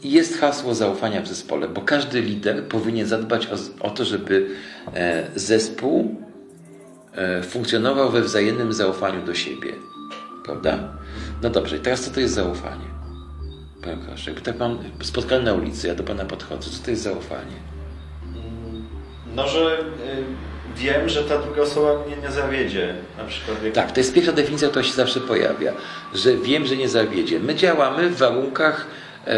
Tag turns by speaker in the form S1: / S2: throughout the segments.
S1: jest hasło zaufania w zespole, bo każdy lider powinien zadbać o to, żeby zespół funkcjonował we wzajemnym zaufaniu do siebie. Prawda? No dobrze, i teraz co to jest zaufanie? Panie Kosz, jakby tak mam spotkanie na ulicy, ja do Pana podchodzę, co to jest zaufanie?
S2: No, że wiem, że ta druga osoba mnie nie zawiedzie. Na przykład
S1: Tak, to jest pierwsza definicja, która się zawsze pojawia, że wiem, że nie zawiedzie. My działamy w warunkach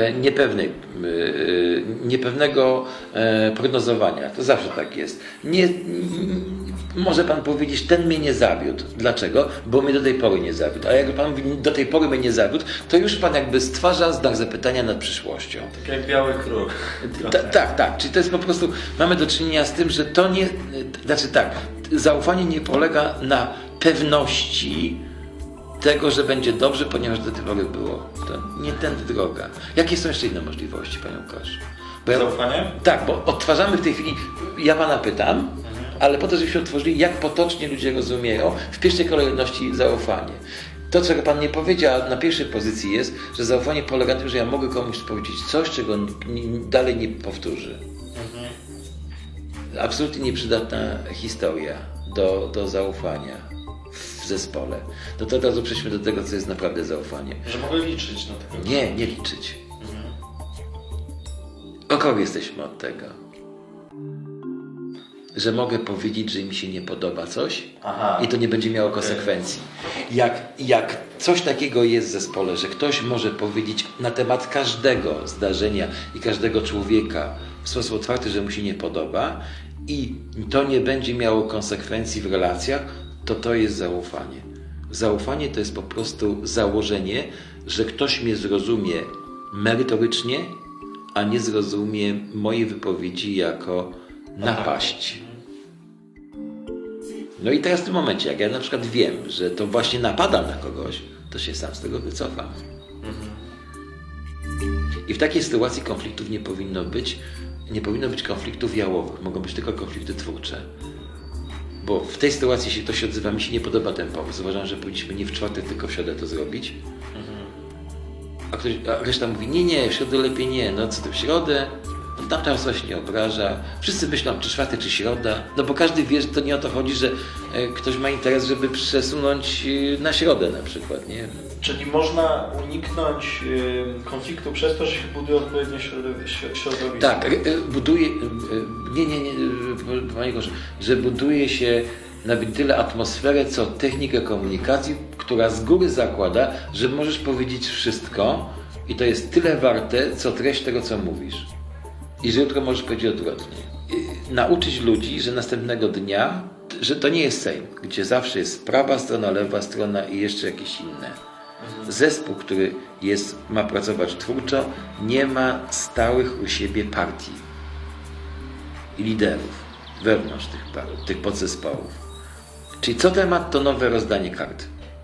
S1: niepewnego prognozowania. To zawsze tak jest. Może Pan powiedzieć, ten mnie nie zawiódł. Dlaczego? Bo mnie do tej pory nie zawiódł. A jak Pan mówi, do tej pory mnie nie zawiódł, to już Pan jakby stwarza znak zapytania nad przyszłością.
S2: Tak jak biały kruk.
S1: Tak. Czyli to jest po prostu, mamy do czynienia z tym, że to nie, znaczy tak, zaufanie nie polega na pewności tego, że będzie dobrze, ponieważ do tej pory było. To nie tędy droga. Jakie są jeszcze inne możliwości, Panią Kosz?
S2: Zaufanie?
S1: Tak, bo odtwarzamy w tej chwili, ja Pana pytam, ale po to, żebyśmy otworzyli, jak potocznie ludzie rozumieją w pierwszej kolejności zaufanie. To, czego Pan nie powiedział na pierwszej pozycji jest, że zaufanie polega na tym, że ja mogę komuś powiedzieć coś, czego dalej nie powtórzy. Absolutnie nieprzydatna historia do zaufania w zespole. No to od razu przejdźmy do tego, co jest naprawdę zaufanie.
S2: Że mogę liczyć na tego.
S1: Nie liczyć. O kogo jesteśmy od tego? Że mogę powiedzieć, że mi się nie podoba coś i to nie będzie miało konsekwencji. Jak coś takiego jest w zespole, że ktoś może powiedzieć na temat każdego zdarzenia i każdego człowieka w sposób otwarty, że mu się nie podoba i to nie będzie miało konsekwencji w relacjach, to jest zaufanie. Zaufanie to jest po prostu założenie, że ktoś mnie zrozumie merytorycznie, a nie zrozumie mojej wypowiedzi jako napaść. No i teraz w tym momencie, jak ja na przykład wiem, że to właśnie napadam na kogoś, to się sam z tego wycofam. I w takiej sytuacji konfliktów nie powinno być konfliktów jałowych, mogą być tylko konflikty twórcze. Bo w tej sytuacji, jeśli ktoś się odzywa, mi się nie podoba ten pomysł, uważam, że powinniśmy nie w czwartek, tylko w środę to zrobić. A reszta mówi, nie, w środę lepiej nie, no co ty w środę? No tamta osoba się nie obraża. Wszyscy myślą, czy czwartek, czy środa. No bo każdy wie, że to nie o to chodzi, że ktoś ma interes, żeby przesunąć na środę na przykład, nie?
S2: Czyli można uniknąć konfliktu przez to, że się buduje odpowiednie środowisko.
S1: Tak, Panie Korze, że buduje się nawet tyle atmosferę, co technikę komunikacji, która z góry zakłada, że możesz powiedzieć wszystko i to jest tyle warte, co treść tego, co mówisz. I że jutro możesz powiedzieć odwrotnie. Nauczyć ludzi, że następnego dnia, że to nie jest Sejm, gdzie zawsze jest prawa strona, lewa strona i jeszcze jakieś inne. Zespół, który ma pracować twórczo, nie ma stałych u siebie partii i liderów wewnątrz tych podzespołów. Czyli co temat, to nowe rozdanie kart.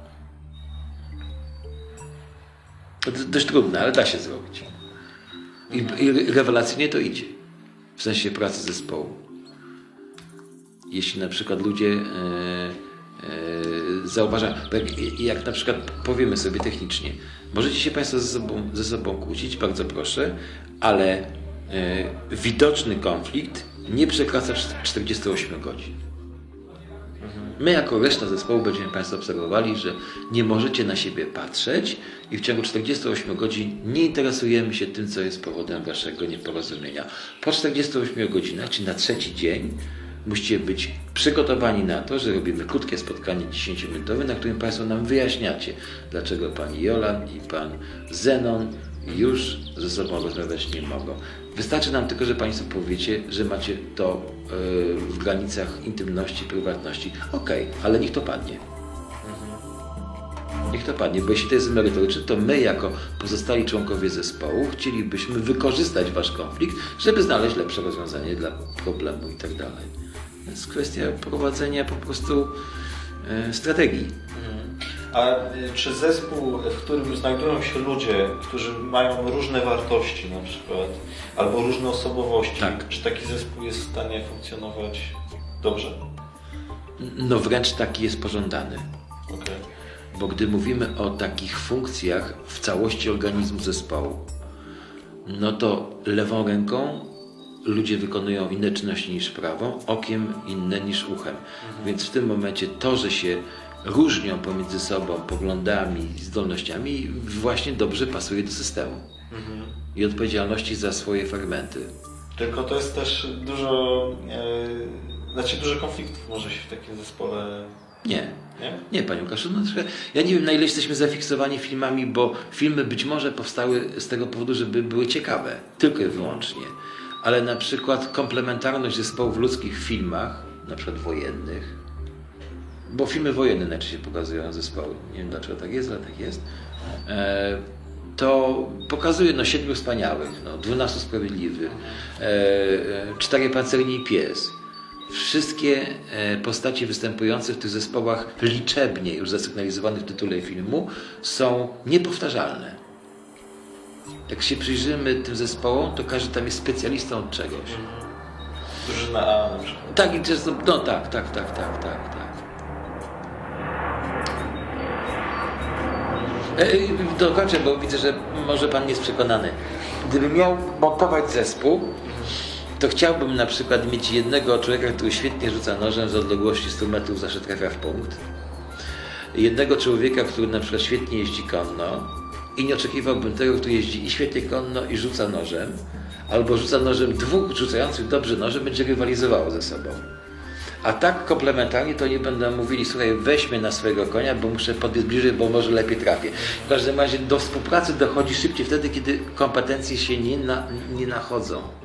S1: To dość trudne, ale da się zrobić. I rewelacyjnie to idzie. W sensie pracy zespołu. Jeśli na przykład ludzie zauważają, jak na przykład powiemy sobie technicznie, możecie się Państwo ze sobą kłócić, bardzo proszę, ale widoczny konflikt nie przekracza 48 godzin. My jako reszta zespołu będziemy Państwo obserwowali, że nie możecie na siebie patrzeć i w ciągu 48 godzin nie interesujemy się tym, co jest powodem Waszego nieporozumienia. Po 48 godzinach, czy na trzeci dzień, musicie być przygotowani na to, że robimy krótkie spotkanie 10-minutowe, na którym Państwo nam wyjaśniacie, dlaczego Pani Jolan i Pan Zenon już ze sobą rozmawiać nie mogą. Wystarczy nam tylko, że Państwo powiecie, że macie to w granicach intymności, prywatności. Okej, ale niech to padnie. Niech to padnie, bo jeśli to jest merytoryczne, to my jako pozostali członkowie zespołu chcielibyśmy wykorzystać Wasz konflikt, żeby znaleźć lepsze rozwiązanie dla problemu i tak dalej. To jest kwestia prowadzenia po prostu strategii.
S2: A czy zespół, w którym znajdują się ludzie, którzy mają różne wartości na przykład, albo różne osobowości,
S1: tak,
S2: czy taki zespół jest w stanie funkcjonować dobrze?
S1: No wręcz taki jest pożądany.
S2: Okay.
S1: Bo gdy mówimy o takich funkcjach w całości organizmu zespołu, no to lewą ręką ludzie wykonują inne czynności niż prawą, okiem inne niż uchem. Więc w tym momencie to, że się różnią pomiędzy sobą poglądami, zdolnościami, właśnie dobrze pasuje do systemu i odpowiedzialności za swoje fragmenty.
S2: Tylko to jest też dużo konfliktów może się w takim zespole...
S1: Nie.
S2: Nie?
S1: Nie, Panie Łukaszu. No, ja nie wiem, na ile jesteśmy zafiksowani filmami, bo filmy być może powstały z tego powodu, żeby były ciekawe. Tylko i wyłącznie. Ale na przykład komplementarność zespołów ludzkich w filmach, na przykład wojennych, bo filmy wojenne najczęściej pokazują zespoły. Nie wiem dlaczego tak jest, ale tak jest. To pokazuje 7 wspaniałych, 12 sprawiedliwych, 4 pancerni i pies. Wszystkie postacie występujące w tych zespołach liczebnie już zasygnalizowanych w tytule filmu są niepowtarzalne. Jak się przyjrzymy tym zespołom, to każdy tam jest specjalistą od czegoś.
S2: Drużyna A na przykład.
S1: Tak, i często, tak. Dokończę, bo widzę, że może Pan nie jest przekonany. Gdybym miał montować zespół, to chciałbym na przykład mieć jednego człowieka, który świetnie rzuca nożem z odległości 100 metrów, zawsze trafia w punkt. Jednego człowieka, który na przykład świetnie jeździ konno i nie oczekiwałbym tego, który jeździ i świetnie konno i rzuca nożem, albo rzuca nożem 2 rzucających dobrze nożem, będzie rywalizowało ze sobą. A tak komplementarnie to nie będą mówili, słuchaj, weź mnie na swojego konia, bo muszę podbiec bliżej, bo może lepiej trafię. W każdym razie do współpracy dochodzi szybciej wtedy, kiedy kompetencje się nie nachodzą.